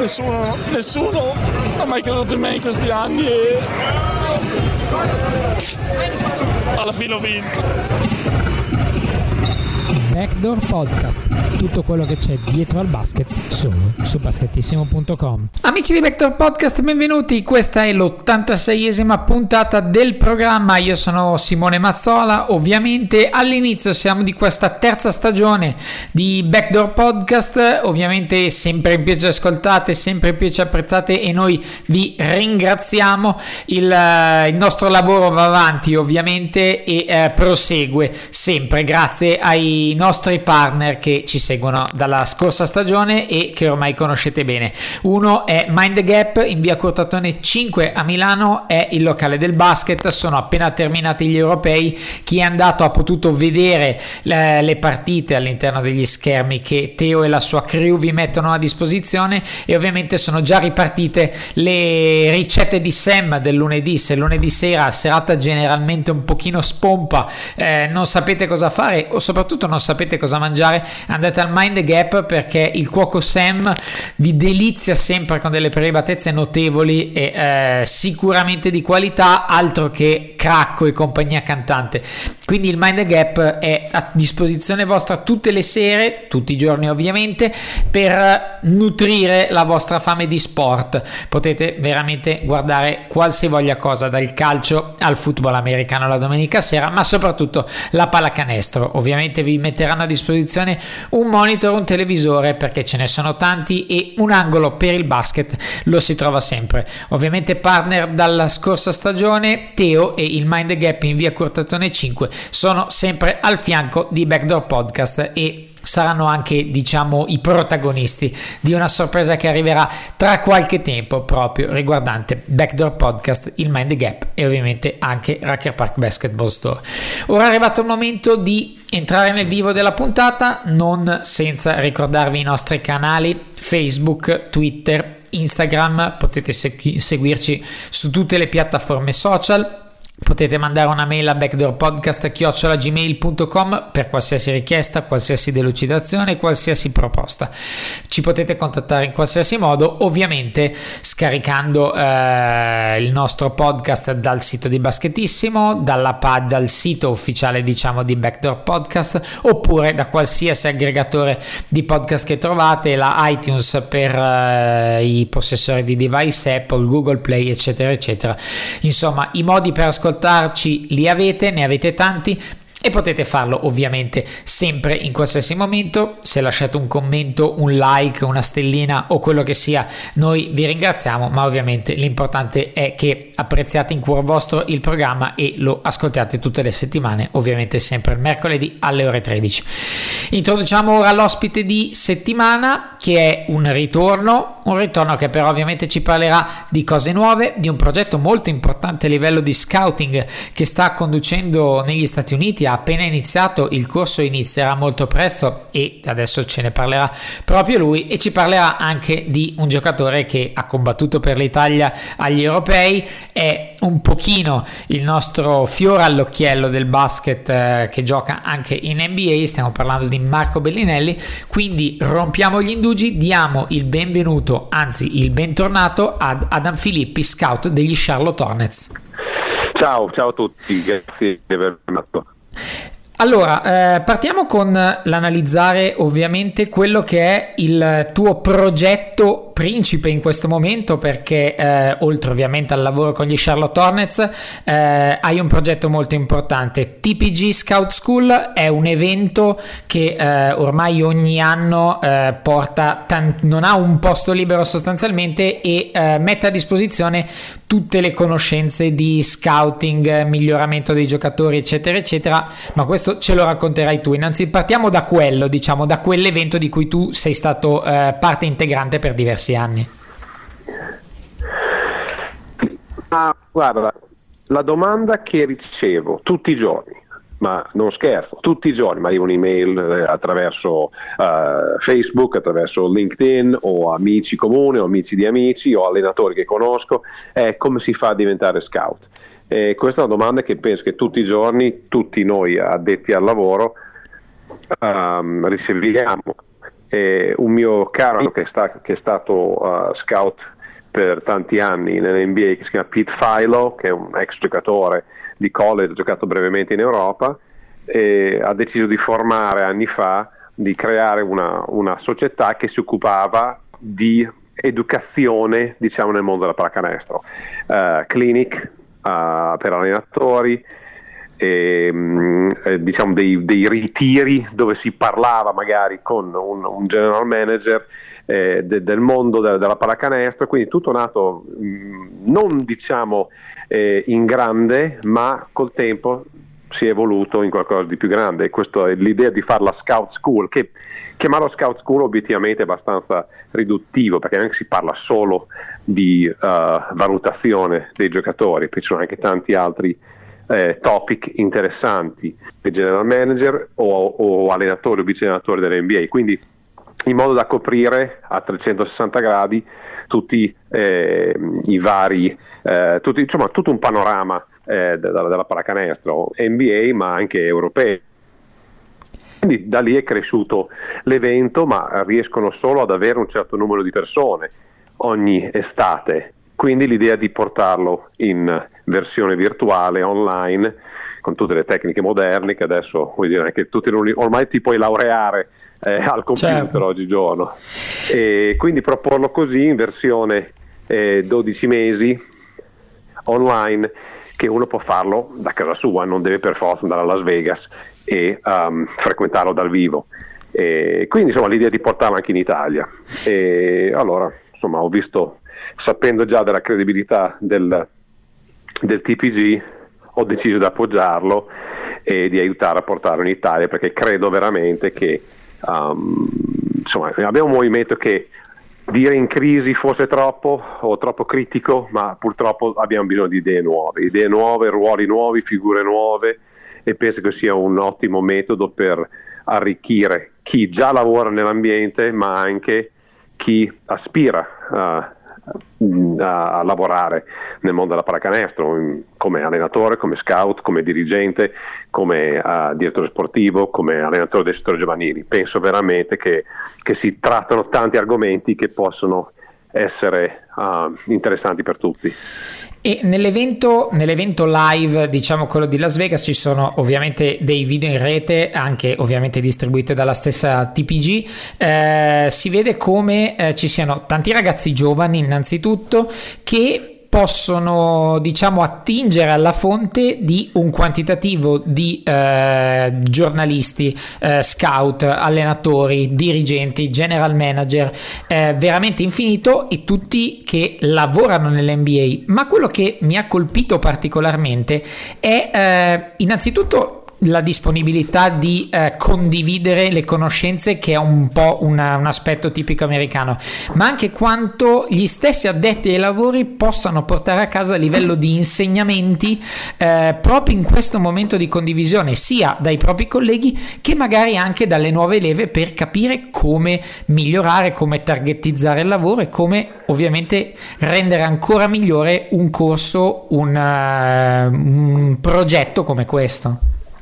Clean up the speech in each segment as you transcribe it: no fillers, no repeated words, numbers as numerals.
nessuno ha mai creduto in me in questi anni e alla fine ho vinto. Backdoor Podcast, tutto quello che c'è dietro al basket solo su basketissimo.com. Amici di Backdoor Podcast, benvenuti. Questa è l'86esima puntata del programma. Io sono Simone Mazzola. Ovviamente all'inizio siamo di questa terza stagione di Backdoor Podcast, ovviamente sempre in più ci ascoltate, sempre in più ci apprezzate e noi vi ringraziamo. Il nostro lavoro va avanti ovviamente e prosegue sempre grazie ai nostri partner che ci seguono dalla scorsa stagione e che ormai conoscete bene. Uno è Mind the Gap in via Curtatone 5 a Milano, è il locale del basket. Sono appena terminati gli europei. Chi è andato ha potuto vedere le partite all'interno degli schermi che Teo e la sua crew vi mettono a disposizione, e ovviamente sono già ripartite le ricette di Sam del lunedì. Se lunedì sera, serata generalmente un pochino spompa, non sapete cosa fare o soprattutto non sapete cosa mangiare, andate al Mind the Gap, perché il cuoco Sam vi delizia sempre con delle prelibatezze notevoli e sicuramente di qualità, altro che Cracco e compagnia cantante. Quindi il Mind the Gap è a disposizione vostra tutte le sere, tutti i giorni ovviamente, per nutrire la vostra fame di sport. Potete veramente guardare qualsivoglia cosa, dal calcio al football americano la domenica sera, ma soprattutto la pallacanestro. Ovviamente vi metteranno a disposizione un monitor, un televisore, perché ce ne sono tanti, e un angolo per il basket lo si trova sempre. Ovviamente partner dalla scorsa stagione, Teo e il Mind the Gap in via Curtatone 5 sono sempre al fianco di Backdoor Podcast e saranno anche, diciamo, i protagonisti di una sorpresa che arriverà tra qualche tempo proprio riguardante Backdoor Podcast, il Mind the Gap e ovviamente anche Rucker Park Basketball Store. Ora è arrivato il momento di entrare nel vivo della puntata, non senza ricordarvi i nostri canali Facebook, Twitter, Instagram. Potete seguirci su tutte le piattaforme social. Potete mandare una mail a backdoorpodcast@gmail.com per qualsiasi richiesta, qualsiasi delucidazione, qualsiasi proposta. Ci potete contattare in qualsiasi modo, ovviamente scaricando il nostro podcast dal sito di Basketissimo, dal sito ufficiale, diciamo, di Backdoor Podcast, oppure da qualsiasi aggregatore di podcast che trovate, la iTunes per i possessori di device Apple, Google Play, eccetera eccetera. Insomma, i modi per ascoltarci li avete, ne avete tanti, e potete farlo ovviamente sempre in qualsiasi momento. Se lasciate un commento, un like, una stellina o quello che sia, noi vi ringraziamo, ma ovviamente l'importante è che apprezziate in cuor vostro il programma e lo ascoltate tutte le settimane, ovviamente sempre il mercoledì alle ore 13. Introduciamo ora l'ospite di settimana, che è un ritorno che però ovviamente ci parlerà di cose nuove, di un progetto molto importante a livello di scouting che sta conducendo negli Stati Uniti. Ha appena iniziato, il corso inizierà molto presto e adesso ce ne parlerà proprio lui, e ci parlerà anche di un giocatore che ha combattuto per l'Italia agli europei. È un pochino il nostro fiore all'occhiello del basket, che gioca anche in NBA. Stiamo parlando di Marco Bellinelli, quindi rompiamo gli indugi, diamo il benvenuto, anzi il bentornato ad Adam Filippi, scout degli Charlotte Hornets. Ciao a tutti, grazie di aver chiamato. Allora, partiamo con l'analizzare ovviamente quello che è il tuo progetto principe in questo momento, perché oltre ovviamente al lavoro con gli Charlotte Hornets hai un progetto molto importante. TPG Scout School è un evento che ormai ogni anno non ha un posto libero sostanzialmente, e mette a disposizione tutte le conoscenze di scouting, miglioramento dei giocatori, eccetera eccetera, ma questo ce lo racconterai tu. Innanzi partiamo da quello, diciamo, da quell'evento di cui tu sei stato parte integrante per diversi anni. Guarda, la domanda che ricevo tutti i giorni, ma non scherzo, tutti i giorni mi arriva un'email attraverso Facebook, attraverso LinkedIn, o amici comuni o amici di amici o allenatori che conosco, è come si fa a diventare scout. Questa è una domanda che penso che tutti i giorni tutti noi addetti al lavoro riceviamo, un mio caro amico che è stato scout per tanti anni nell'NBA, che si chiama Pete Philo, che è un ex giocatore di college, ha giocato brevemente in Europa, e ha deciso di formare anni fa, di creare una società che si occupava di educazione, diciamo, nel mondo della pallacanestro, clinic per allenatori, diciamo dei ritiri dove si parlava magari con un general manager del mondo della pallacanestro, quindi tutto nato non diciamo in grande, ma col tempo si è evoluto in qualcosa di più grande. Questa è l'idea di fare la Scout School, che chiamarlo Scout School obiettivamente è abbastanza riduttivo, perché non si parla solo di valutazione dei giocatori, poi ci sono anche tanti altri topic interessanti dei general manager o allenatori o vice allenatori dell'NBA, quindi in modo da coprire a 360 gradi tutti i vari tutto un panorama della pallacanestro NBA, ma anche europeo. Quindi da lì è cresciuto l'evento, ma riescono solo ad avere un certo numero di persone ogni estate, quindi l'idea di portarlo in versione virtuale, online, con tutte le tecniche moderne che adesso, vuol dire, anche ormai ti puoi laureare al computer, certo, oggigiorno, e quindi proporlo così in versione 12 mesi online, che uno può farlo da casa sua, non deve per forza andare a Las Vegas e frequentarlo dal vivo, e quindi insomma l'idea di portarlo anche in Italia. E allora insomma ho visto, sapendo già della credibilità del TPG, ho deciso di appoggiarlo e di aiutare a portarlo in Italia, perché credo veramente che insomma abbiamo un movimento che dire in crisi fosse troppo o troppo critico, ma purtroppo abbiamo bisogno di idee nuove, ruoli nuovi, figure nuove, e penso che sia un ottimo metodo per arricchire chi già lavora nell'ambiente, ma anche chi aspira a lavorare nel mondo della pallacanestro, come allenatore, come scout, come dirigente, come direttore sportivo, come allenatore dei settori giovanili. Penso veramente che si trattano tanti argomenti che possono essere interessanti per tutti. E nell'evento live, diciamo quello di Las Vegas, ci sono ovviamente dei video in rete, anche ovviamente distribuiti dalla stessa TPG. Si vede come ci siano tanti ragazzi giovani innanzitutto che possono, diciamo, attingere alla fonte di un quantitativo di giornalisti, scout, allenatori, dirigenti, general manager, veramente infinito, e tutti che lavorano nell'NBA. Ma quello che mi ha colpito particolarmente è innanzitutto la disponibilità di condividere le conoscenze, che è un po' un aspetto tipico americano, ma anche quanto gli stessi addetti ai lavori possano portare a casa a livello di insegnamenti proprio in questo momento di condivisione, sia dai propri colleghi che magari anche dalle nuove leve, per capire come migliorare, come targetizzare il lavoro e come ovviamente rendere ancora migliore un corso, un progetto come questo.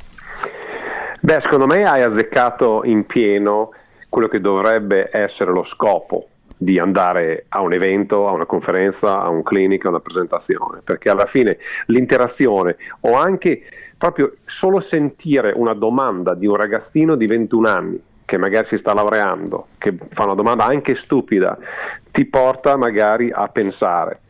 Beh, secondo me hai azzeccato in pieno quello che dovrebbe essere lo scopo di andare a un evento, a una conferenza, a un clinic, a una presentazione, perché alla fine l'interazione, o anche proprio solo sentire una domanda di un ragazzino di 21 anni che magari si sta laureando, che fa una domanda anche stupida, ti porta magari a pensare.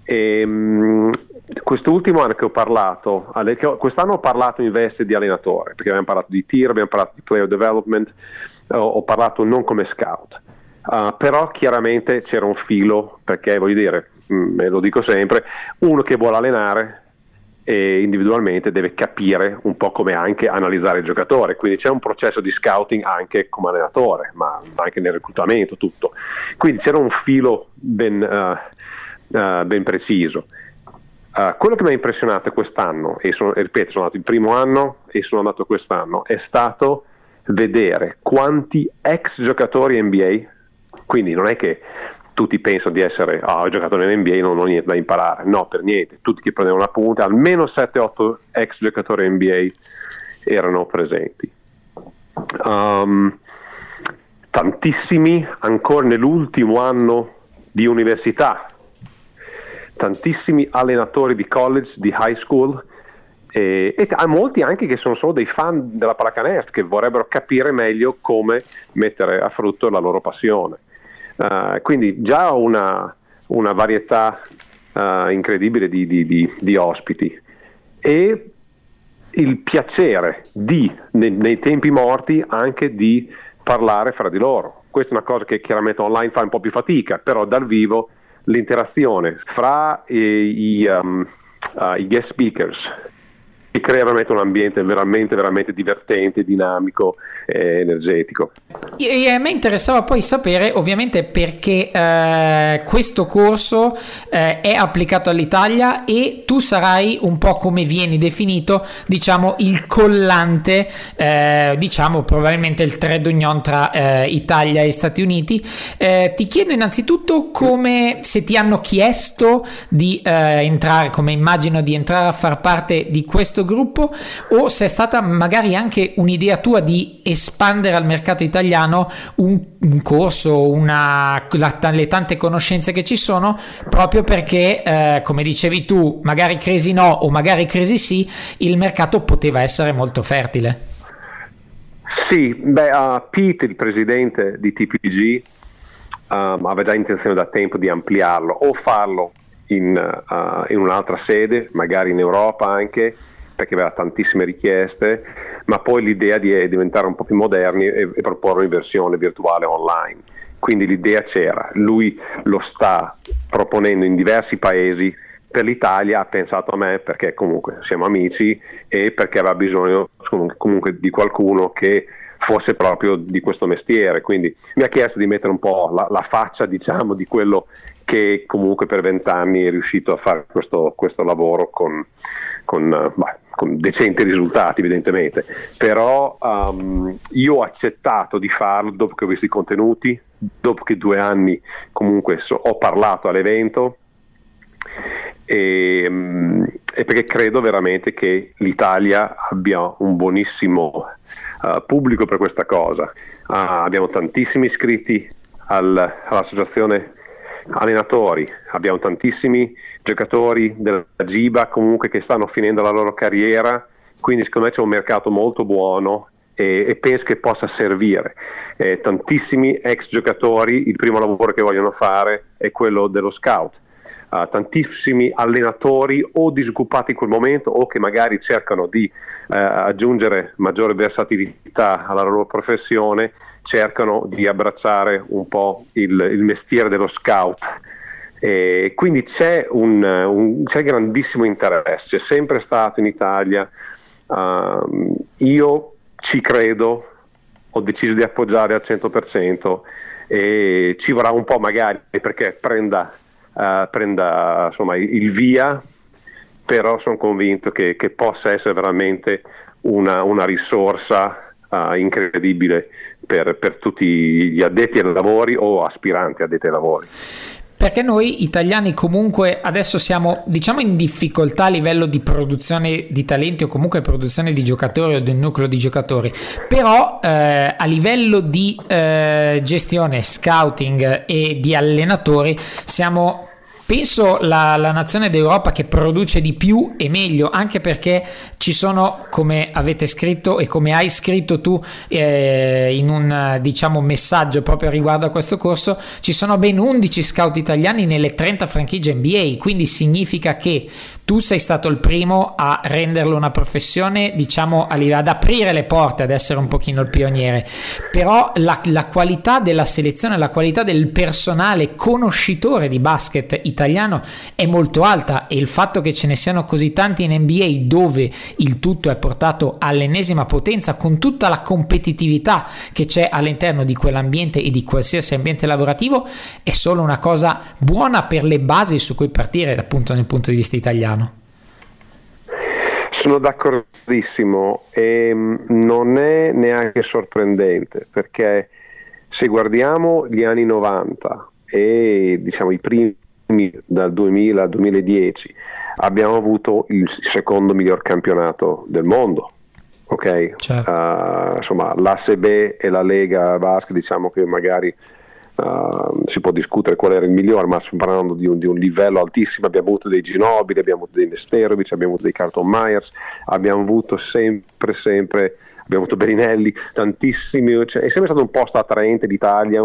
Quest'ultimo anno che ho parlato, quest'anno ho parlato in veste di allenatore, perché abbiamo parlato di tir, abbiamo parlato di player development, ho parlato non come scout, però chiaramente c'era un filo, perché voglio dire, lo dico sempre, uno che vuole allenare e individualmente deve capire un po' come anche analizzare il giocatore, quindi c'è un processo di scouting anche come allenatore, ma anche nel reclutamento, tutto, quindi c'era un filo ben preciso. Quello che mi ha impressionato quest'anno, ripeto, sono andato il primo anno e sono andato quest'anno, è stato vedere quanti ex giocatori NBA, quindi non è che tutti pensano di essere ho giocato nell'NBA e non ho niente da imparare, no, per niente, tutti che prendevano appunti, almeno 7-8 ex giocatori NBA erano presenti. tantissimi ancora nell'ultimo anno di università, tantissimi allenatori di college, di high school, e molti anche che sono solo dei fan della pallacanestro che vorrebbero capire meglio come mettere a frutto la loro passione. Quindi già una varietà incredibile di ospiti, e il piacere nei tempi morti anche di parlare fra di loro. Questa è una cosa che chiaramente online fa un po' più fatica, però dal vivo l'interazione fra i guest speakers che crea veramente un ambiente veramente divertente, dinamico e energetico. E a me interessava poi sapere ovviamente perché questo corso è applicato all'Italia, e tu sarai un po' come vieni definito, diciamo il collante, diciamo probabilmente il trade union tra Italia e Stati Uniti. Ti chiedo innanzitutto come, se ti hanno chiesto di entrare, come immagino di entrare a far parte di questo gruppo, o se è stata magari anche un'idea tua di espandere al mercato italiano un corso, le tante conoscenze che ci sono, proprio perché come dicevi tu, magari crisi no o magari crisi sì, il mercato poteva essere molto fertile. Sì, Pete, il presidente di TPG, aveva già intenzione da tempo di ampliarlo o farlo in un'altra sede, magari in Europa anche, perché aveva tantissime richieste, ma poi l'idea di diventare un po' più moderni e proporre in versione virtuale online. Quindi l'idea c'era, lui lo sta proponendo in diversi paesi. Per l'Italia ha pensato a me perché comunque siamo amici e perché aveva bisogno comunque di qualcuno che fosse proprio di questo mestiere, quindi mi ha chiesto di mettere un po' la faccia, diciamo, di quello che comunque per 20 anni è riuscito a fare questo lavoro con decenti risultati evidentemente, però io ho accettato di farlo dopo che ho visto i contenuti, dopo che 2 anni comunque ho parlato all'evento, e perché credo veramente che l'Italia abbia un buonissimo pubblico per questa cosa. Abbiamo tantissimi iscritti all'associazione allenatori, abbiamo tantissimi giocatori della GIBA comunque che stanno finendo la loro carriera, quindi secondo me c'è un mercato molto buono e penso che possa servire. Tantissimi ex giocatori, il primo lavoro che vogliono fare è quello dello scout. Tantissimi allenatori o disoccupati in quel momento o che magari cercano di aggiungere maggiore versatilità alla loro professione, cercano di abbracciare un po' il mestiere dello scout. Quindi c'è c'è grandissimo interesse, c'è sempre stato in Italia. Io ci credo, ho deciso di appoggiare al 100%, e ci vorrà un po' magari perché prenda insomma il via, però sono convinto che possa essere veramente una risorsa incredibile per tutti gli addetti ai lavori o aspiranti addetti ai lavori. Perché noi italiani comunque adesso siamo, diciamo, in difficoltà a livello di produzione di talenti o comunque produzione di giocatori o di un nucleo di giocatori, però a livello di gestione, scouting e di allenatori siamo, penso, la nazione d'Europa che produce di più e meglio, anche perché ci sono, come avete scritto e come hai scritto tu in un, diciamo, messaggio proprio riguardo a questo corso, ci sono ben 11 scout italiani nelle 30 franchigie NBA, quindi significa che tu sei stato il primo a renderlo una professione, diciamo, ad aprire le porte, ad essere un pochino il pioniere, però la qualità della selezione, la qualità del personale conoscitore di basket italiano è molto alta, e il fatto che ce ne siano così tanti in NBA, dove il tutto è portato all'ennesima potenza con tutta la competitività che c'è all'interno di quell'ambiente e di qualsiasi ambiente lavorativo, è solo una cosa buona per le basi su cui partire, appunto, nel punto di vista italiano. Sono d'accordissimo, e non è neanche sorprendente, perché se guardiamo gli anni 90 e diciamo i primi dal 2000 al 2010, abbiamo avuto il secondo miglior campionato del mondo, ok? Certo. Insomma, l'ASB e la Lega Basket, diciamo che magari si può discutere qual era il migliore, ma stiamo parlando di un livello altissimo. Abbiamo avuto dei Ginobili, abbiamo avuto dei Nesterovic, abbiamo avuto dei Carlton Myers, abbiamo avuto sempre abbiamo avuto Berinelli, tantissimi, cioè, è sempre stato un posto attraente l'Italia,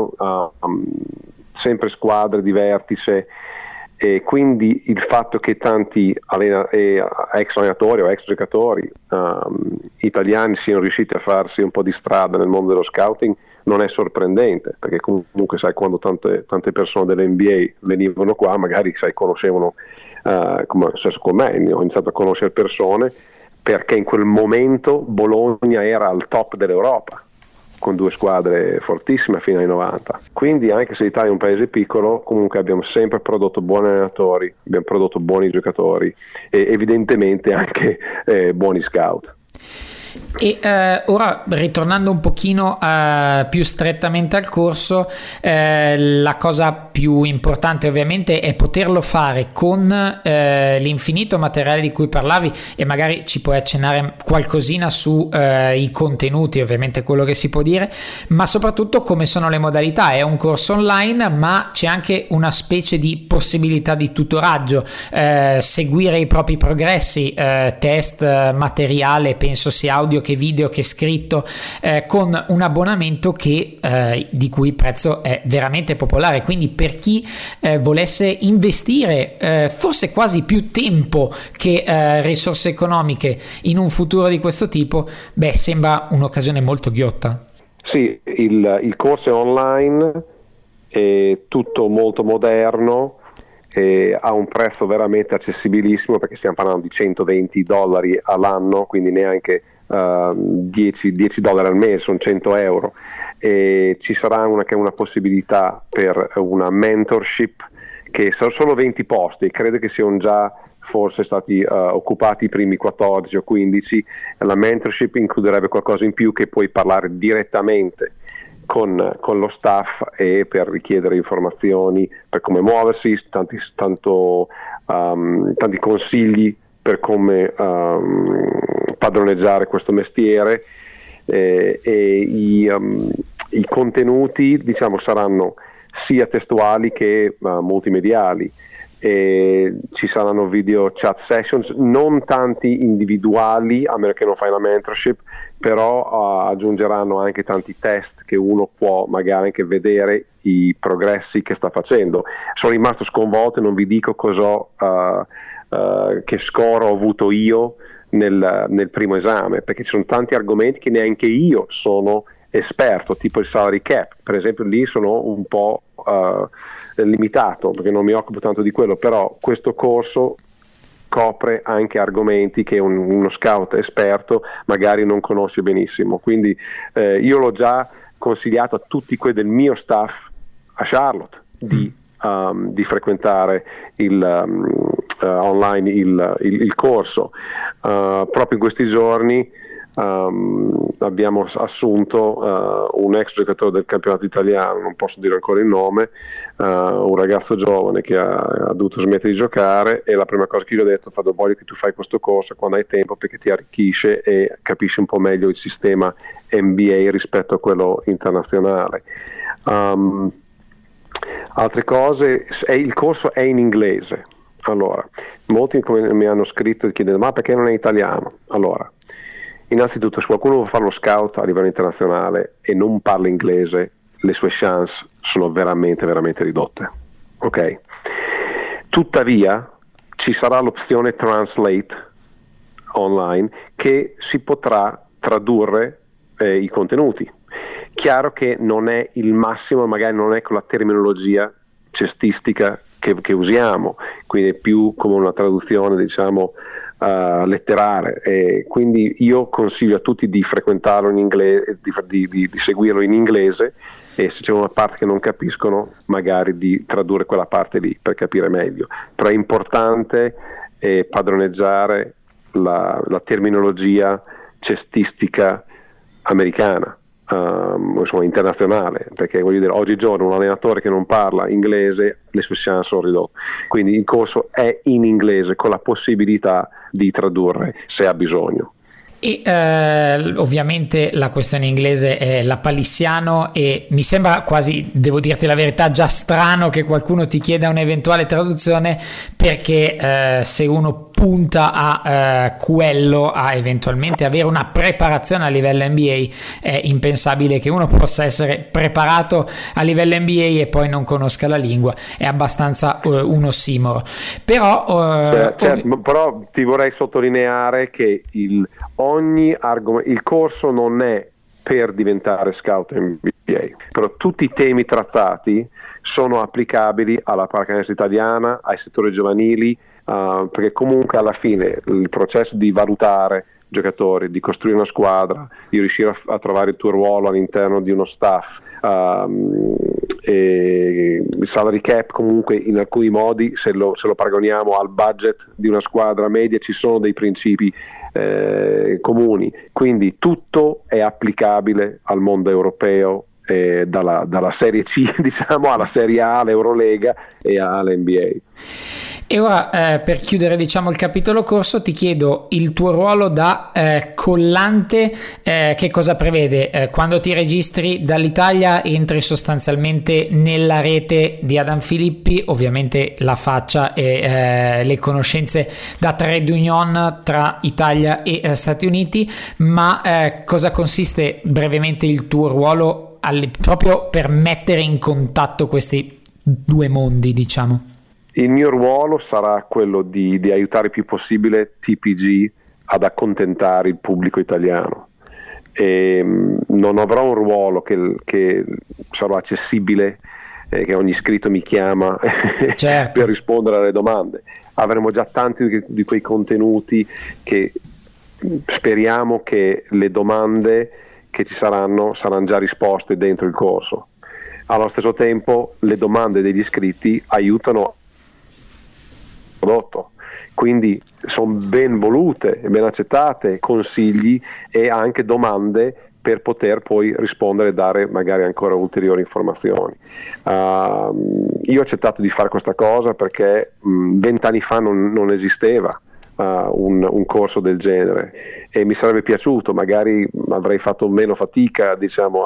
sempre squadre di vertice, e quindi il fatto che tanti ex allenatori o ex giocatori italiani siano riusciti a farsi un po' di strada nel mondo dello scouting non è sorprendente, perché comunque sai, quando tante persone dell'NBA venivano qua, magari conoscevano, come è successo con me, ho iniziato a conoscere persone perché in quel momento Bologna era al top dell'Europa, con 2 squadre fortissime fino ai 90. Quindi anche se l'Italia è un paese piccolo, comunque abbiamo sempre prodotto buoni allenatori, abbiamo prodotto buoni giocatori e evidentemente anche buoni scout. E ora, ritornando un pochino più strettamente al corso, la cosa più importante ovviamente è poterlo fare con l'infinito materiale di cui parlavi, e magari ci puoi accennare qualcosina su i contenuti, ovviamente quello che si può dire, ma soprattutto come sono le modalità. È un corso online, ma c'è anche una specie di possibilità di tutoraggio, seguire i propri progressi, test, materiale, penso sia audio che video che scritto, con un abbonamento che di cui il prezzo è veramente popolare. Quindi per chi volesse investire forse quasi più tempo che risorse economiche in un futuro di questo tipo, sembra un'occasione molto ghiotta. Sì, il corso è online, è tutto molto moderno, ha un prezzo veramente accessibilissimo, perché stiamo parlando di $120 all'anno, quindi neanche $10 al mese, sono €100, e ci sarà una possibilità per una mentorship, che sono solo 20 posti, credo che siano già forse stati occupati i primi 14 o 15. La mentorship includerebbe qualcosa in più, che puoi parlare direttamente con lo staff e per richiedere informazioni per come muoversi, tanti consigli per come padroneggiare questo mestiere, e i contenuti, diciamo, saranno sia testuali che multimediali, e ci saranno video chat sessions, non tanti individuali a meno che non fai la mentorship, però aggiungeranno anche tanti test che uno può magari anche vedere i progressi che sta facendo. Sono rimasto sconvolto, non vi dico che score ho avuto io nel primo esame, perché ci sono tanti argomenti che neanche io sono esperto, tipo il salary cap, per esempio. Lì sono un po' limitato perché non mi occupo tanto di quello, però questo corso copre anche argomenti che uno scout esperto magari non conosce benissimo, quindi io l'ho già consigliato a tutti quelli del mio staff a Charlotte di frequentare online il corso. Proprio in questi giorni abbiamo assunto un ex giocatore del campionato italiano, non posso dire ancora il nome, un ragazzo giovane che ha dovuto smettere di giocare, e la prima cosa che gli ho detto: voglio che tu fai questo corso quando hai tempo, perché ti arricchisce e capisci un po' meglio il sistema NBA rispetto a quello internazionale. Altre cose, il corso è in inglese. Allora, molti mi hanno scritto e chiedono: ma perché non è italiano? Allora, innanzitutto, se qualcuno vuole fare lo scout a livello internazionale e non parla inglese, le sue chance sono veramente veramente ridotte, ok? Tuttavia ci sarà l'opzione Translate online, che si potrà tradurre i contenuti. Chiaro che non è il massimo, magari non è con la terminologia cestistica che usiamo, quindi è più come una traduzione, diciamo, letteraria, e quindi io consiglio a tutti di frequentarlo in inglese, di seguirlo in inglese, e se c'è una parte che non capiscono magari di tradurre quella parte lì per capire meglio. Però è importante padroneggiare la terminologia cestistica americana, insomma internazionale, perché voglio dire, oggigiorno un allenatore che non parla inglese, le sue chance sono ridotte. Quindi il corso è in inglese con la possibilità di tradurre se ha bisogno. E ovviamente la questione inglese è la palissiano, e mi sembra quasi, devo dirti la verità, già strano che qualcuno ti chieda un'eventuale traduzione, perché se uno punta a quello, a eventualmente avere una preparazione a livello NBA, è impensabile che uno possa essere preparato a livello NBA e poi non conosca la lingua. È abbastanza un ossimoro. Però però ti vorrei sottolineare che il corso non è per diventare scout NBA, però tutti i temi trattati sono applicabili alla pallacanestro italiana, ai settori giovanili, perché comunque alla fine il processo di valutare giocatori, di costruire una squadra, di riuscire a trovare il tuo ruolo all'interno di uno staff, e il salary cap, comunque in alcuni modi, se lo paragoniamo al budget di una squadra media, ci sono dei principi comuni, quindi tutto è applicabile al mondo europeo, dalla Serie C diciamo alla Serie A, all'Eurolega e all'NBA. E ora per chiudere diciamo il capitolo corso, ti chiedo il tuo ruolo da collante, che cosa prevede? Quando ti registri dall'Italia entri sostanzialmente nella rete di Adam Filippi, ovviamente la faccia e le conoscenze da trade union tra Italia e Stati Uniti, ma cosa consiste brevemente il tuo ruolo proprio per mettere in contatto questi due mondi, diciamo? Il mio ruolo sarà quello di aiutare il più possibile TPG ad accontentare il pubblico italiano. Non avrò un ruolo che sarà accessibile, che ogni iscritto mi chiama certo. per rispondere alle domande. Avremo già tanti di quei contenuti che speriamo che le domande che ci saranno già risposte dentro il corso. Allo stesso tempo le domande degli iscritti aiutano prodotto, quindi sono ben volute, ben accettate, consigli e anche domande per poter poi rispondere e dare magari ancora ulteriori informazioni. Io ho accettato di fare questa cosa perché 20 anni fa non esisteva un corso del genere, e mi sarebbe piaciuto, magari avrei fatto meno fatica diciamo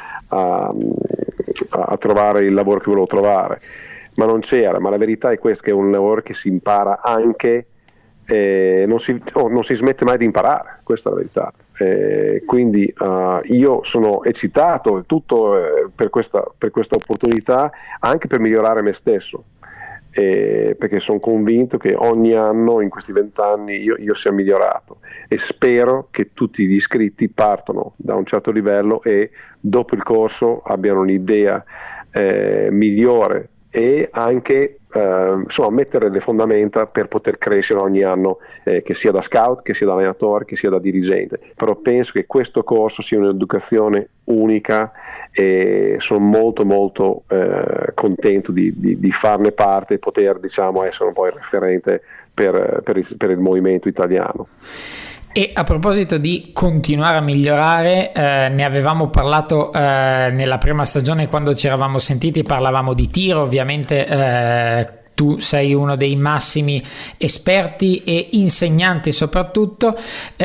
a trovare il lavoro che volevo trovare, ma non c'era. Ma la verità è questa, che è un lavoro che si impara anche, non si smette mai di imparare, questa è la verità. Quindi io sono eccitato tutto per questa opportunità, anche per migliorare me stesso, perché sono convinto che ogni anno in questi 20 anni io sia migliorato, e spero che tutti gli iscritti partano da un certo livello e dopo il corso abbiano un'idea migliore, e anche mettere le fondamenta per poter crescere ogni anno, che sia da scout, che sia da allenatore, che sia da dirigente. Però penso che questo corso sia un'educazione unica, e sono molto molto contento di farne parte e poter diciamo essere un po' il referente per il movimento italiano. E a proposito di continuare a migliorare, ne avevamo parlato nella prima stagione quando ci eravamo sentiti, parlavamo di tiro, ovviamente tu sei uno dei massimi esperti e insegnanti soprattutto.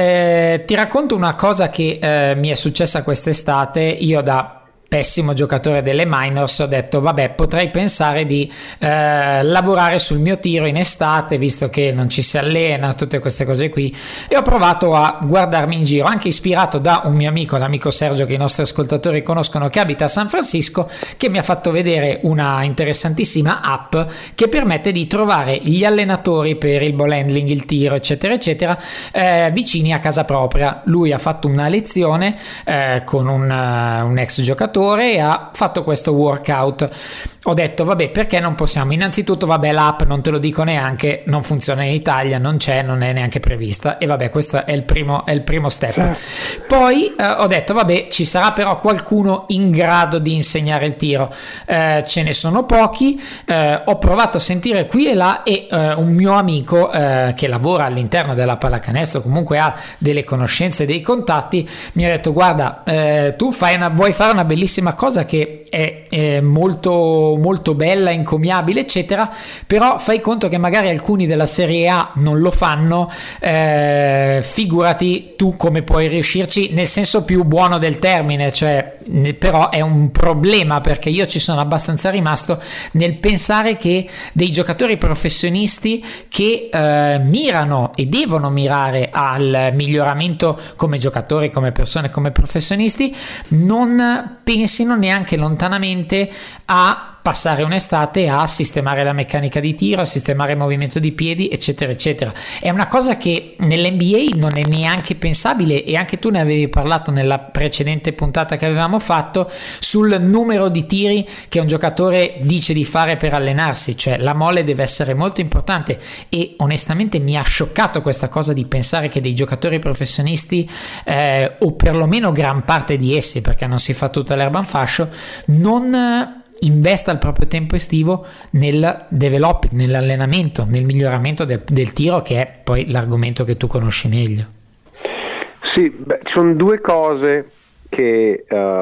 Ti racconto una cosa che mi è successa quest'estate. Io da pessimo giocatore delle minors ho detto vabbè, potrei pensare di lavorare sul mio tiro in estate, visto che non ci si allena, tutte queste cose qui, e ho provato a guardarmi in giro, anche ispirato da un mio amico, l'amico Sergio, che i nostri ascoltatori conoscono, che abita a San Francisco, che mi ha fatto vedere una interessantissima app che permette di trovare gli allenatori per il ball handling, il tiro eccetera eccetera, vicini a casa propria. Lui ha fatto una lezione con un ex giocatore e ha fatto questo workout. Ho detto vabbè, perché non possiamo? Innanzitutto vabbè, l'app, non te lo dico neanche, non funziona in Italia, non è neanche prevista, e vabbè, questo è il primo step. Poi ho detto vabbè, ci sarà però qualcuno in grado di insegnare il tiro. Ce ne sono pochi. Ho provato a sentire qui e là, e un mio amico che lavora all'interno della pallacanestro, comunque ha delle conoscenze, dei contatti, mi ha detto guarda, tu vuoi fare una bellissima cosa che è molto, molto bella, encomiabile, eccetera, però fai conto che magari alcuni della Serie A non lo fanno, figurati tu come puoi riuscirci nel senso più buono del termine, cioè, però è un problema, perché io ci sono abbastanza rimasto nel pensare che dei giocatori professionisti che mirano e devono mirare al miglioramento come giocatori, come persone, come professionisti, non pensino neanche lontanamente a passare un'estate a sistemare la meccanica di tiro, a sistemare il movimento di piedi, eccetera eccetera. È una cosa che nell'NBA non è neanche pensabile, e anche tu ne avevi parlato nella precedente puntata che avevamo fatto sul numero di tiri che un giocatore dice di fare per allenarsi, cioè la mole deve essere molto importante, e onestamente mi ha scioccato questa cosa di pensare che dei giocatori professionisti, o perlomeno gran parte di essi, perché non si fa tutta l'erba in fascio, non investa il proprio tempo estivo nel developing, nell'allenamento, nel miglioramento del tiro, che è poi l'argomento che tu conosci meglio. Sì, ci sono due cose che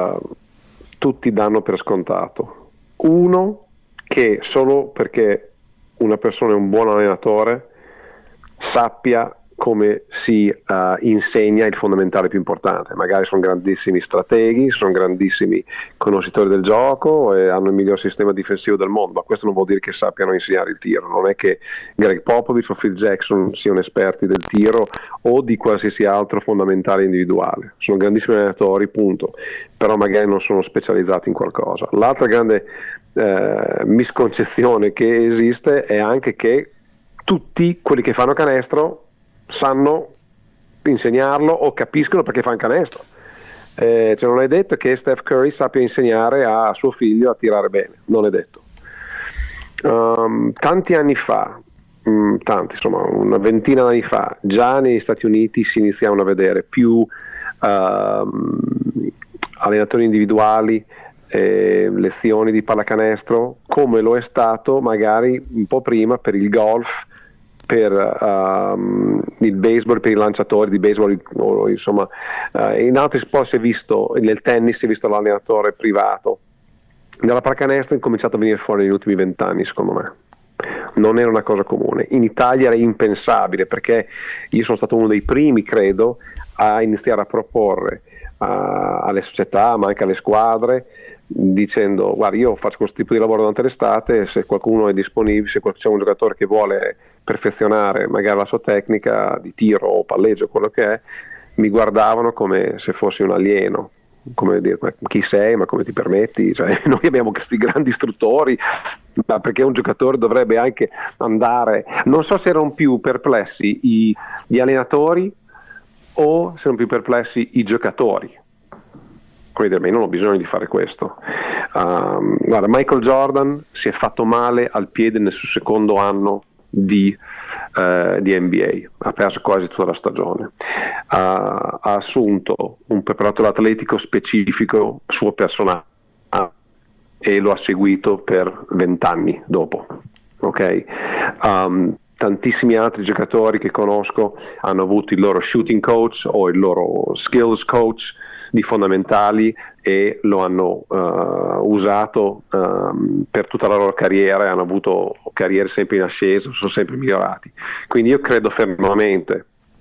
tutti danno per scontato. Uno, che solo perché una persona è un buon allenatore sappia come si insegna il fondamentale più importante. Magari sono grandissimi strateghi, sono grandissimi conoscitori del gioco e hanno il miglior sistema difensivo del mondo, ma questo non vuol dire che sappiano insegnare il tiro. Non è che Greg Popovich o Phil Jackson siano esperti del tiro o di qualsiasi altro fondamentale individuale. Sono grandissimi allenatori, punto, però magari non sono specializzati in qualcosa. L'altra grande misconcezione che esiste è anche che tutti quelli che fanno canestro sanno insegnarlo o capiscono perché fa un canestro. Cioè non è detto che Steph Curry sappia insegnare a suo figlio a tirare bene, non è detto. Tanti anni fa, insomma una ventina di anni fa, già negli Stati Uniti si iniziavano a vedere più allenatori individuali, lezioni di pallacanestro, come lo è stato magari un po' prima per il golf, per il baseball, per i lanciatori di baseball, o insomma in altri sport si è visto, nel tennis si è visto l'allenatore privato. Nella pallacanestro è cominciato a venire fuori negli ultimi 20 anni, secondo me. Non era una cosa comune. In Italia era impensabile, perché io sono stato uno dei primi, credo, a iniziare a proporre alle società, ma anche alle squadre, dicendo: guarda, io faccio questo tipo di lavoro durante l'estate, se qualcuno è disponibile, se c'è un giocatore che vuole perfezionare magari la sua tecnica di tiro o palleggio, quello che è, mi guardavano come se fossi un alieno, come dire: ma chi sei, ma come ti permetti? Cioè, noi abbiamo questi grandi istruttori, ma perché un giocatore dovrebbe anche andare. Non so se erano più perplessi gli allenatori o se erano più perplessi i giocatori. Come dire, ma io non ho bisogno di fare questo. Guarda, Michael Jordan si è fatto male al piede nel suo secondo anno di NBA, ha perso quasi tutta la stagione, ha assunto un preparatore atletico specifico suo personale e lo ha seguito per 20 anni dopo, ok? Tantissimi altri giocatori che conosco hanno avuto il loro shooting coach o il loro skills coach di fondamentali e lo hanno usato per tutta la loro carriera, e hanno avuto carriere sempre in ascesa, sono sempre migliorati. Quindi io credo fermamente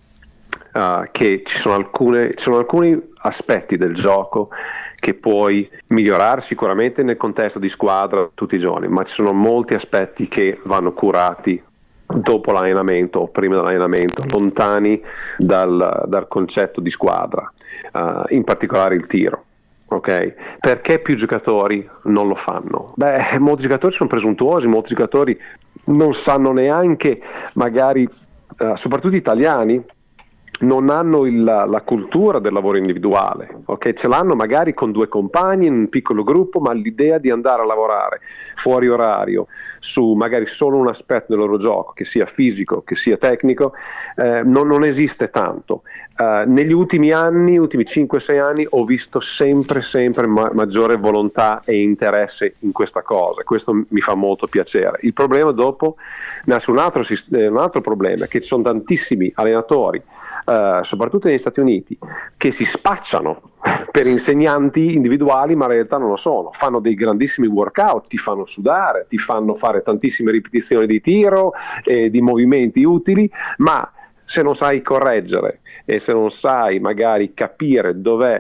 che ci sono alcuni aspetti del gioco che puoi migliorare sicuramente nel contesto di squadra tutti i giorni, ma ci sono molti aspetti che vanno curati dopo l'allenamento o prima dell'allenamento, lontani dal concetto di squadra, in particolare il tiro. Ok? Perché più giocatori non lo fanno? Beh, molti giocatori sono presuntuosi, molti giocatori non sanno neanche, magari soprattutto italiani, non hanno la cultura del lavoro individuale, ok? Ce l'hanno magari con 2 compagni in un piccolo gruppo, ma l'idea di andare a lavorare fuori orario su magari solo un aspetto del loro gioco, che sia fisico, che sia tecnico, non esiste tanto. Negli ultimi anni, ultimi 5-6 anni, ho visto sempre maggiore volontà e interesse in questa cosa. Questo mi fa molto piacere. Il problema dopo nasce un altro problema, che ci sono tantissimi allenatori soprattutto negli Stati Uniti, che si spacciano per insegnanti individuali, ma in realtà non lo sono. Fanno dei grandissimi workout, ti fanno sudare, ti fanno fare tantissime ripetizioni di tiro e di movimenti utili, ma se non sai correggere e se non sai magari capire dov'è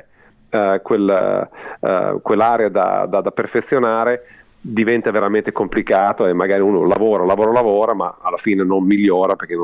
quell'area da perfezionare, diventa veramente complicato, e magari uno lavora, ma alla fine non migliora perché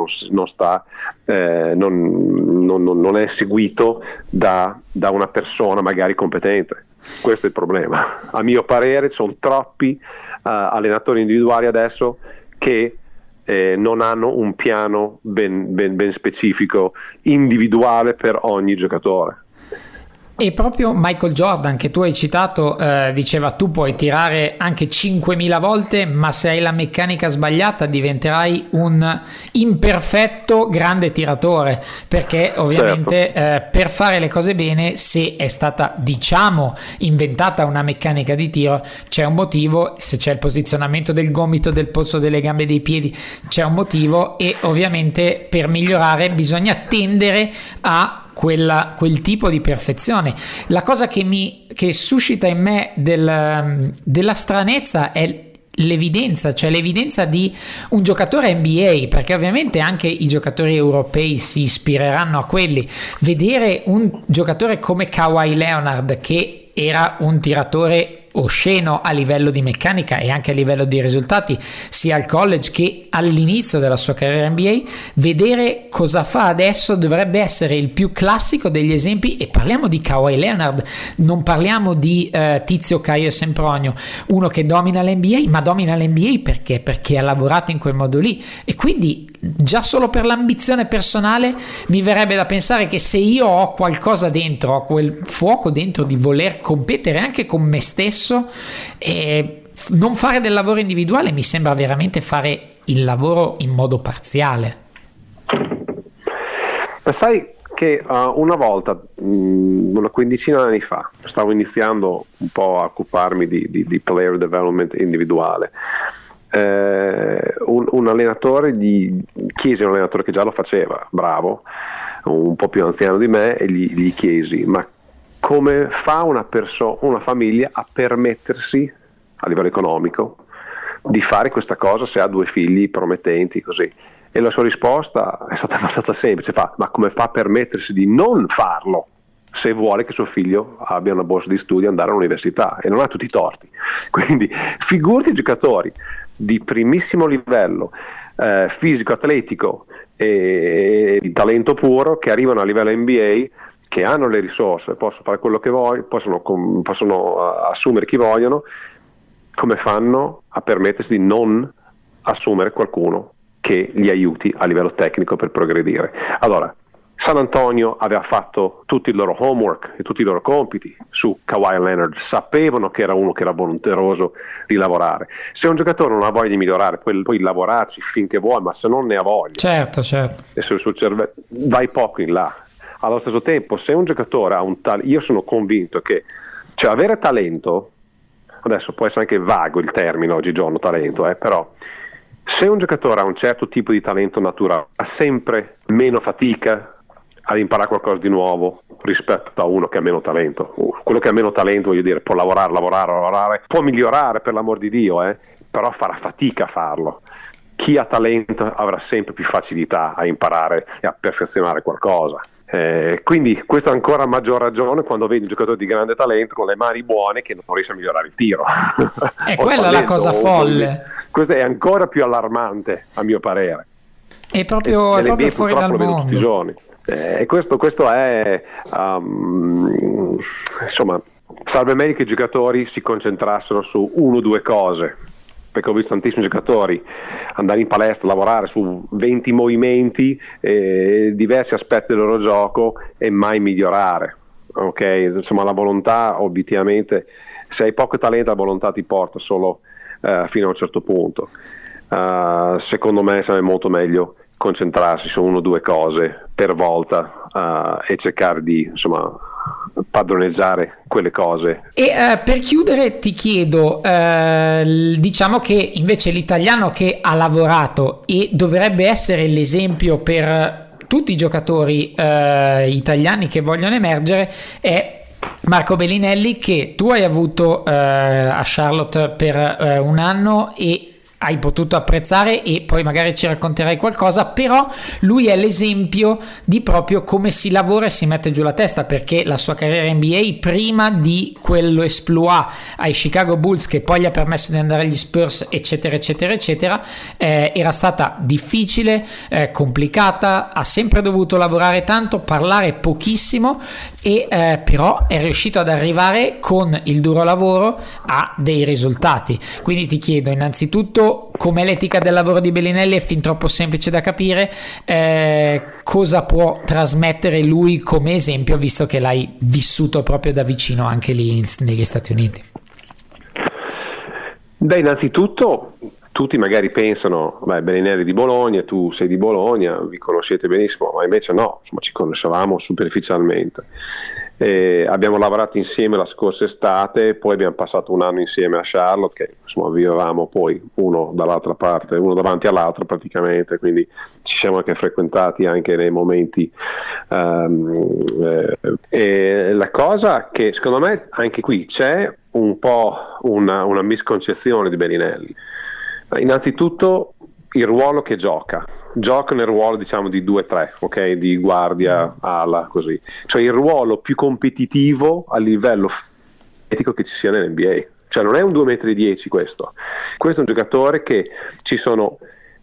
non è seguito da una persona magari competente. Questo è il problema. A mio parere sono troppi allenatori individuali adesso che non hanno un piano ben specifico, individuale per ogni giocatore. E proprio Michael Jordan, che tu hai citato, diceva: tu puoi tirare anche 5.000 volte, ma se hai la meccanica sbagliata diventerai un imperfetto grande tiratore, perché ovviamente per fare le cose bene, se è stata inventata una meccanica di tiro, c'è un motivo. Se c'è il posizionamento del gomito, del polso, delle gambe, dei piedi, c'è un motivo, e ovviamente per migliorare bisogna tendere a quel tipo di perfezione. La cosa che suscita in me della stranezza è l'evidenza, cioè l'evidenza di un giocatore NBA, perché ovviamente anche i giocatori europei si ispireranno a quelli. Vedere un giocatore come Kawhi Leonard, che era un tiratore osceno a livello di meccanica e anche a livello di risultati sia al college che all'inizio della sua carriera NBA, vedere cosa fa adesso dovrebbe essere il più classico degli esempi. E parliamo di Kawhi Leonard, non parliamo di Tizio Caio Sempronio, uno che domina l'NBA, ma domina l'NBA perché ha lavorato in quel modo lì. E quindi già solo per l'ambizione personale mi verrebbe da pensare che se io ho qualcosa dentro, ho quel fuoco dentro di voler competere anche con me stesso, non fare del lavoro individuale mi sembra veramente fare il lavoro in modo parziale. Ma sai che una volta, una quindicina di anni fa, stavo iniziando un po' a occuparmi di player development individuale. Un allenatore chiesi a un allenatore che già lo faceva, bravo, un po' più anziano di me, e gli chiesi: ma come fa una famiglia a permettersi a livello economico di fare questa cosa se ha 2 figli promettenti così? E la sua risposta è stata abbastanza semplice: ma come fa a permettersi di non farlo se vuole che suo figlio abbia una borsa di studio e andare all'università? E non ha tutti i torti. Quindi figurati i giocatori di primissimo livello, fisico, atletico e di talento puro, che arrivano a livello NBA, che hanno le risorse, possono fare quello che vogliono, possono assumere chi vogliono. Come fanno a permettersi di non assumere qualcuno che li aiuti a livello tecnico per progredire? Allora, San Antonio aveva fatto tutti il loro homework e tutti i loro compiti su Kawhi Leonard, sapevano che era uno che era volonteroso di lavorare. Se un giocatore non ha voglia di migliorare, puoi lavorarci finché vuoi, ma se non ne ha voglia, certo, e sul suo cervello, vai poco in là. Allo stesso tempo, se un giocatore ha un talento, io sono convinto che, cioè, avere talento, adesso può essere anche vago il termine oggigiorno talento, però se un giocatore ha un certo tipo di talento naturale, ha sempre meno fatica ad imparare qualcosa di nuovo rispetto a uno che ha meno talento. Quello che ha meno talento, voglio dire, può lavorare, può migliorare, per l'amor di Dio, però farà fatica a farlo. Chi ha talento avrà sempre più facilità a imparare e a perfezionare qualcosa. Quindi questo è ancora a maggior ragione quando vedi un giocatore di grande talento con le mani buone che non riesce a migliorare il tiro. È quella la cosa folle. Questo è ancora più allarmante, a mio parere. È proprio fuori dal mondo. Tutti i giorni. Questo è insomma, sarebbe meglio che i giocatori si concentrassero su 1 o 2 cose, perché ho visto tantissimi giocatori andare in palestra, lavorare su 20 movimenti, diversi aspetti del loro gioco, e mai migliorare. Ok, insomma, la volontà, obiettivamente, se hai poco talento, la volontà ti porta solo fino a un certo punto. Secondo me sarebbe molto meglio concentrarsi su 1 o 2 cose per volta e cercare di, insomma, padroneggiare quelle cose. E per chiudere ti chiedo, diciamo che invece l'italiano che ha lavorato e dovrebbe essere l'esempio per tutti i giocatori italiani che vogliono emergere, è Marco Bellinelli, che tu hai avuto a Charlotte per un anno e hai potuto apprezzare, e poi magari ci racconterai qualcosa, però lui è l'esempio di proprio come si lavora e si mette giù la testa, perché la sua carriera NBA, prima di quello esploit ai Chicago Bulls che poi gli ha permesso di andare agli Spurs eccetera eccetera eccetera, era stata difficile, complicata, ha sempre dovuto lavorare tanto, parlare pochissimo, e però è riuscito ad arrivare con il duro lavoro a dei risultati. Quindi ti chiedo innanzitutto com'è l'etica del lavoro di Bellinelli, è fin troppo semplice da capire, cosa può trasmettere lui come esempio, visto che l'hai vissuto proprio da vicino anche lì negli Stati Uniti. Beh, innanzitutto tutti magari pensano, Bellinelli di Bologna, tu sei di Bologna, vi conoscete benissimo, ma invece no, insomma, ci conoscevamo superficialmente. Abbiamo lavorato insieme la scorsa estate, poi abbiamo passato un anno insieme a Charlotte, che insomma vivevamo poi uno dall'altra parte, uno davanti all'altro praticamente, quindi ci siamo anche frequentati anche nei momenti. E la cosa che secondo me anche qui c'è un po' una misconcezione di Bellinelli. Innanzitutto il ruolo che gioca nel ruolo diciamo di 2-3, ok, di guardia, ala, così, cioè il ruolo più competitivo a livello etico che ci sia nell'NBA, cioè non è un 2,10 metri questo è un giocatore che ci sono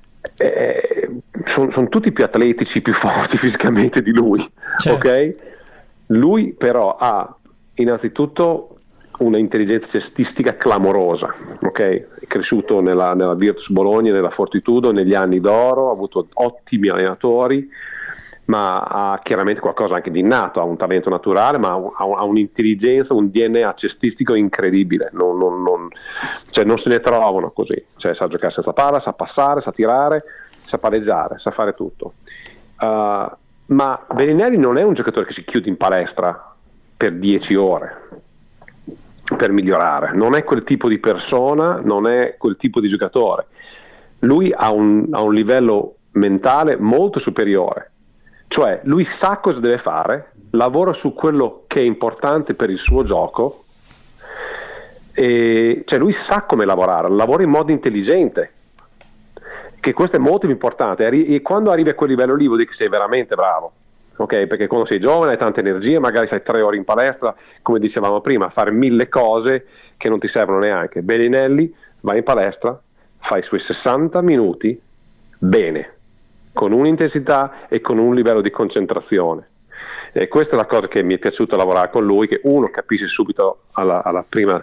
tutti più atletici, più forti fisicamente di lui, certo. Ok, lui però ha innanzitutto una intelligenza cestistica clamorosa, ok? È cresciuto nella Virtus Bologna, nella Fortitudo, negli anni d'oro, ha avuto ottimi allenatori, ma ha chiaramente qualcosa anche di innato, ha un talento naturale, ma ha un'intelligenza, un DNA cestistico incredibile, non se ne trovano così, cioè sa giocare senza palla, sa passare, sa tirare, sa palleggiare, sa fare tutto. Ma Bellinelli non è un giocatore che si chiude in palestra per 10 ore per migliorare, non è quel tipo di persona, non è quel tipo di giocatore. Lui ha un livello mentale molto superiore, cioè lui sa cosa deve fare, lavora su quello che è importante per il suo gioco, e cioè lui sa come lavorare, lavora in modo intelligente, che questo è molto importante, e quando arrivi a quel livello lì vuol dire che sei veramente bravo. Ok, perché quando sei giovane hai tante energie, magari stai 3 ore in palestra, come dicevamo prima, a fare 1000 cose che non ti servono neanche. Bellinelli va in palestra, fa i suoi 60 minuti bene, con un'intensità e con un livello di concentrazione. E questa è la cosa che mi è piaciuto lavorare con lui, che uno capisci subito al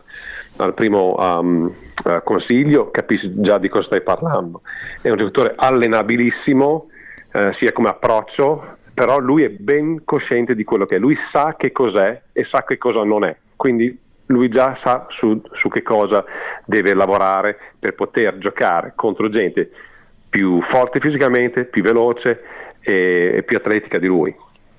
primo consiglio, capisci già di cosa stai parlando. È un giocatore allenabilissimo, sia come approccio, però lui è ben cosciente di quello che è, lui sa che cos'è e sa che cosa non è, quindi lui già sa su che cosa deve lavorare per poter giocare contro gente più forte fisicamente, più veloce e più atletica di lui.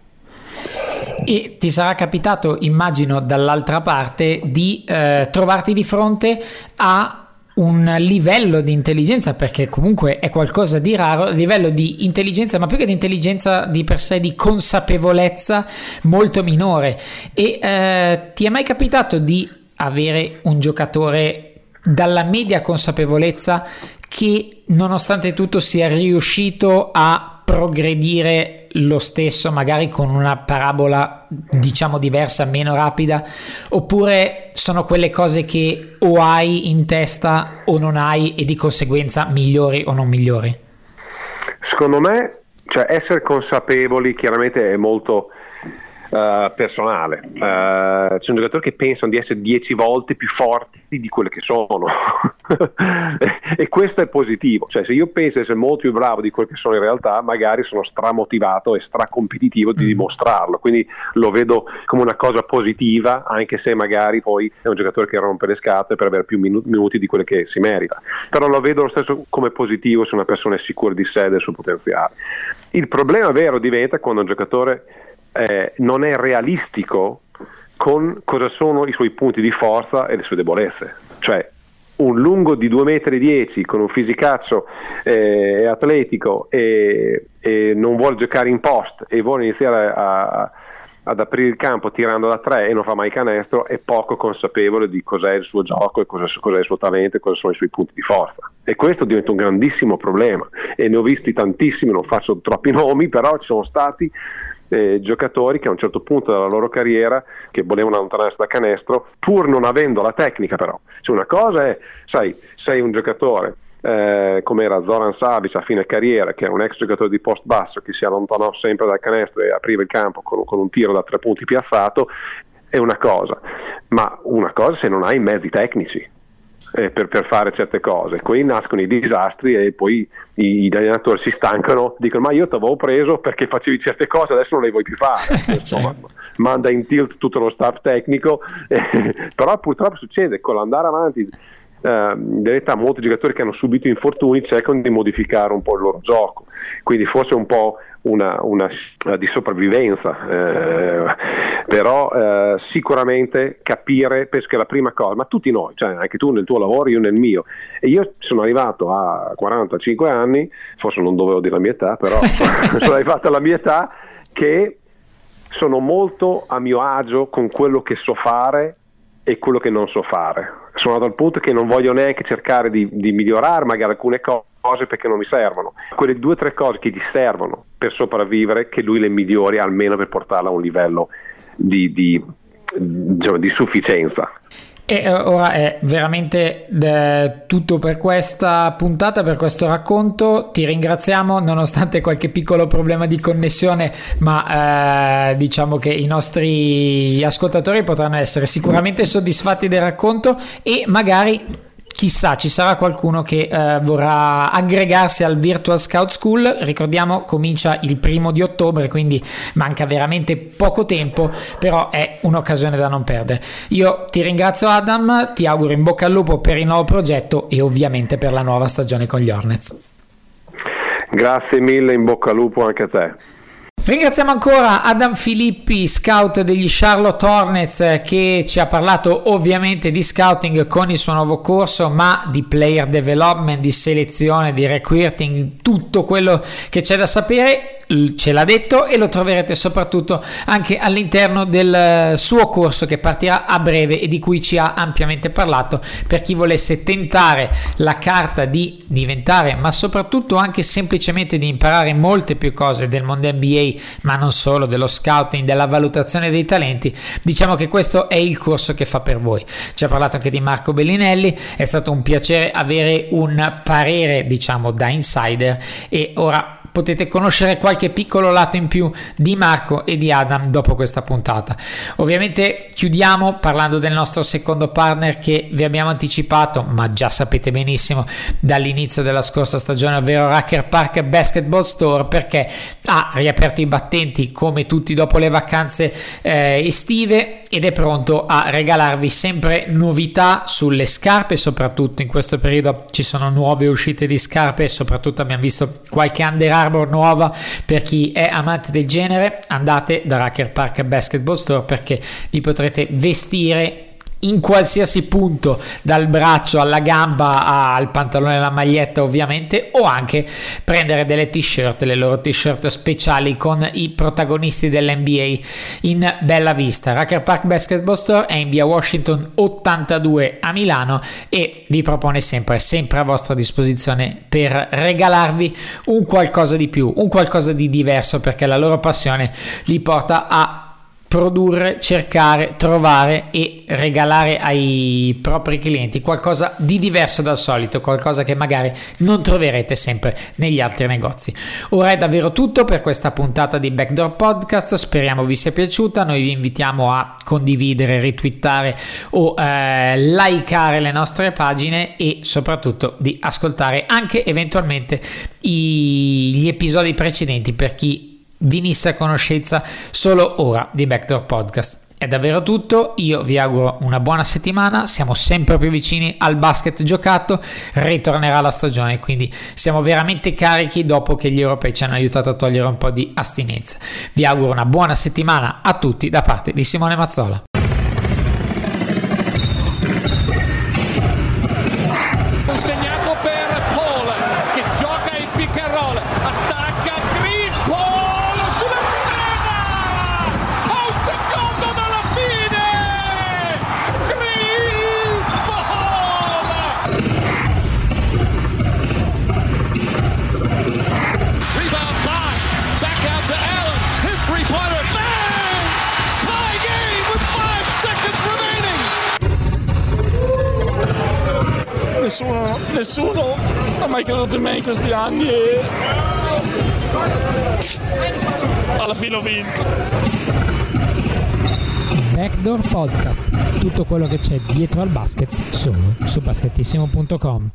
E ti sarà capitato, immagino, dall'altra parte di trovarti di fronte a un livello di intelligenza, perché comunque è qualcosa di raro, livello di intelligenza, ma più che di intelligenza di per sé, di consapevolezza molto minore. E ti è mai capitato di avere un giocatore dalla media consapevolezza che nonostante tutto sia riuscito a progredire lo stesso, magari con una parabola diciamo diversa, meno rapida, oppure sono quelle cose che o hai in testa o non hai e di conseguenza migliori o non migliori? Secondo me, cioè, essere consapevoli chiaramente è molto personale. C'è un giocatore che pensano di essere 10 volte più forti di quelle che sono e questo è positivo, cioè se io penso di essere molto più bravo di quello che sono in realtà, magari sono stramotivato e stracompetitivo di dimostrarlo, quindi lo vedo come una cosa positiva, anche se magari poi è un giocatore che rompe le scatole per avere più minuti di quelle che si merita, però lo vedo lo stesso come positivo se una persona è sicura di sé e del suo potenziale. Il problema vero diventa quando un giocatore non è realistico con cosa sono i suoi punti di forza e le sue debolezze, cioè un lungo di 2,10 m con un fisicaccio atletico e non vuole giocare in post e vuole iniziare ad aprire il campo tirando da 3 e non fa mai canestro, è poco consapevole di cos'è il suo gioco e cos'è il suo talento e cosa sono i suoi punti di forza, e questo diventa un grandissimo problema, e ne ho visti tantissimi, non faccio troppi nomi, però ci sono stati giocatori che a un certo punto della loro carriera che volevano allontanarsi da canestro pur non avendo la tecnica. Però cioè, una cosa è, sai, sei un giocatore come era Zoran Savic a fine carriera, che è un ex giocatore di post basso che si allontanò sempre dal canestro e apriva il campo con un tiro da 3 punti piazzato, è una cosa, ma una cosa se non hai i mezzi tecnici per fare certe cose, qui nascono i disastri e poi gli allenatori si stancano, dicono ma io ti avevo preso perché facevi certe cose, adesso non le vuoi più fare. Insomma, manda in tilt tutto lo staff tecnico, però purtroppo succede con l'andare avanti in realtà molti giocatori che hanno subito infortuni cercano di modificare un po' il loro gioco, quindi forse un po' una di sopravvivenza, però sicuramente capire, penso che la prima cosa, ma tutti noi, cioè anche tu nel tuo lavoro, io nel mio, e io sono arrivato a 45 anni, forse non dovevo dire la mia età, però sono arrivato alla mia età che sono molto a mio agio con quello che so fare e quello che non so fare. Sono arrivato al punto che non voglio neanche cercare di migliorare magari alcune cose perché non mi servono. Quelle 2 o 3 cose che gli servono per sopravvivere, che lui le migliori almeno per portarla a un livello di sufficienza. E ora è veramente tutto per questa puntata, per questo racconto. Ti ringraziamo nonostante qualche piccolo problema di connessione, ma diciamo che i nostri ascoltatori potranno essere sicuramente soddisfatti del racconto e magari chissà ci sarà qualcuno che vorrà aggregarsi al Virtual Scout School. Ricordiamo, comincia il 1° ottobre, quindi manca veramente poco tempo, però è un'occasione da non perdere. Io ti ringrazio Adam, ti auguro in bocca al lupo per il nuovo progetto e ovviamente per la nuova stagione con gli Hornets. Grazie mille, in bocca al lupo anche a te. Ringraziamo ancora Adam Filippi, scout degli Charlotte Hornets, che ci ha parlato ovviamente di scouting con il suo nuovo corso, ma di player development, di selezione, di recruiting, tutto quello che c'è da sapere ce l'ha detto, e lo troverete soprattutto anche all'interno del suo corso che partirà a breve e di cui ci ha ampiamente parlato, per chi volesse tentare la carta di diventare, ma soprattutto anche semplicemente di imparare molte più cose del mondo NBA, ma non solo, dello scouting, della valutazione dei talenti. Diciamo che questo è il corso che fa per voi. Ci ha parlato anche di Marco Bellinelli, è stato un piacere avere un parere diciamo da insider, e ora potete conoscere qualche piccolo lato in più di Marco e di Adam dopo questa puntata. Ovviamente chiudiamo parlando del nostro secondo partner che vi abbiamo anticipato, ma già sapete benissimo dall'inizio della scorsa stagione, ovvero Rucker Park Basketball Store, perché ha riaperto i battenti come tutti dopo le vacanze estive ed è pronto a regalarvi sempre novità sulle scarpe. Soprattutto in questo periodo ci sono nuove uscite di scarpe e soprattutto abbiamo visto qualche Under Armour nuova. Per chi è amante del genere, andate da Rucker Park Basketball Store, perché vi potrete vestire in qualsiasi punto, dal braccio alla gamba al pantalone e alla maglietta ovviamente, o anche prendere delle t-shirt, le loro t-shirt speciali con i protagonisti dell'NBA in bella vista. Rucker Park Basketball Store è in via Washington 82 a Milano e vi propone sempre a vostra disposizione per regalarvi un qualcosa di più, un qualcosa di diverso, perché la loro passione li porta a produrre, cercare, trovare e regalare ai propri clienti qualcosa di diverso dal solito, qualcosa che magari non troverete sempre negli altri negozi. Ora è davvero tutto per questa puntata di Backdoor Podcast, speriamo vi sia piaciuta. Noi vi invitiamo a condividere, retweetare o likeare le nostre pagine e soprattutto di ascoltare anche eventualmente gli episodi precedenti per chi venisse a conoscenza solo ora di Backdoor Podcast. È davvero tutto, io vi auguro una buona settimana, siamo sempre più vicini al basket giocato, ritornerà la stagione, quindi siamo veramente carichi dopo che gli europei ci hanno aiutato a togliere un po' di astinenza. Vi auguro una buona settimana a tutti da parte di Simone Mazzola. Nessuno ha mai creduto in me in questi anni e alla fine ho vinto. Backdoor Podcast, tutto quello che c'è dietro al basket solo su basketissimo.com.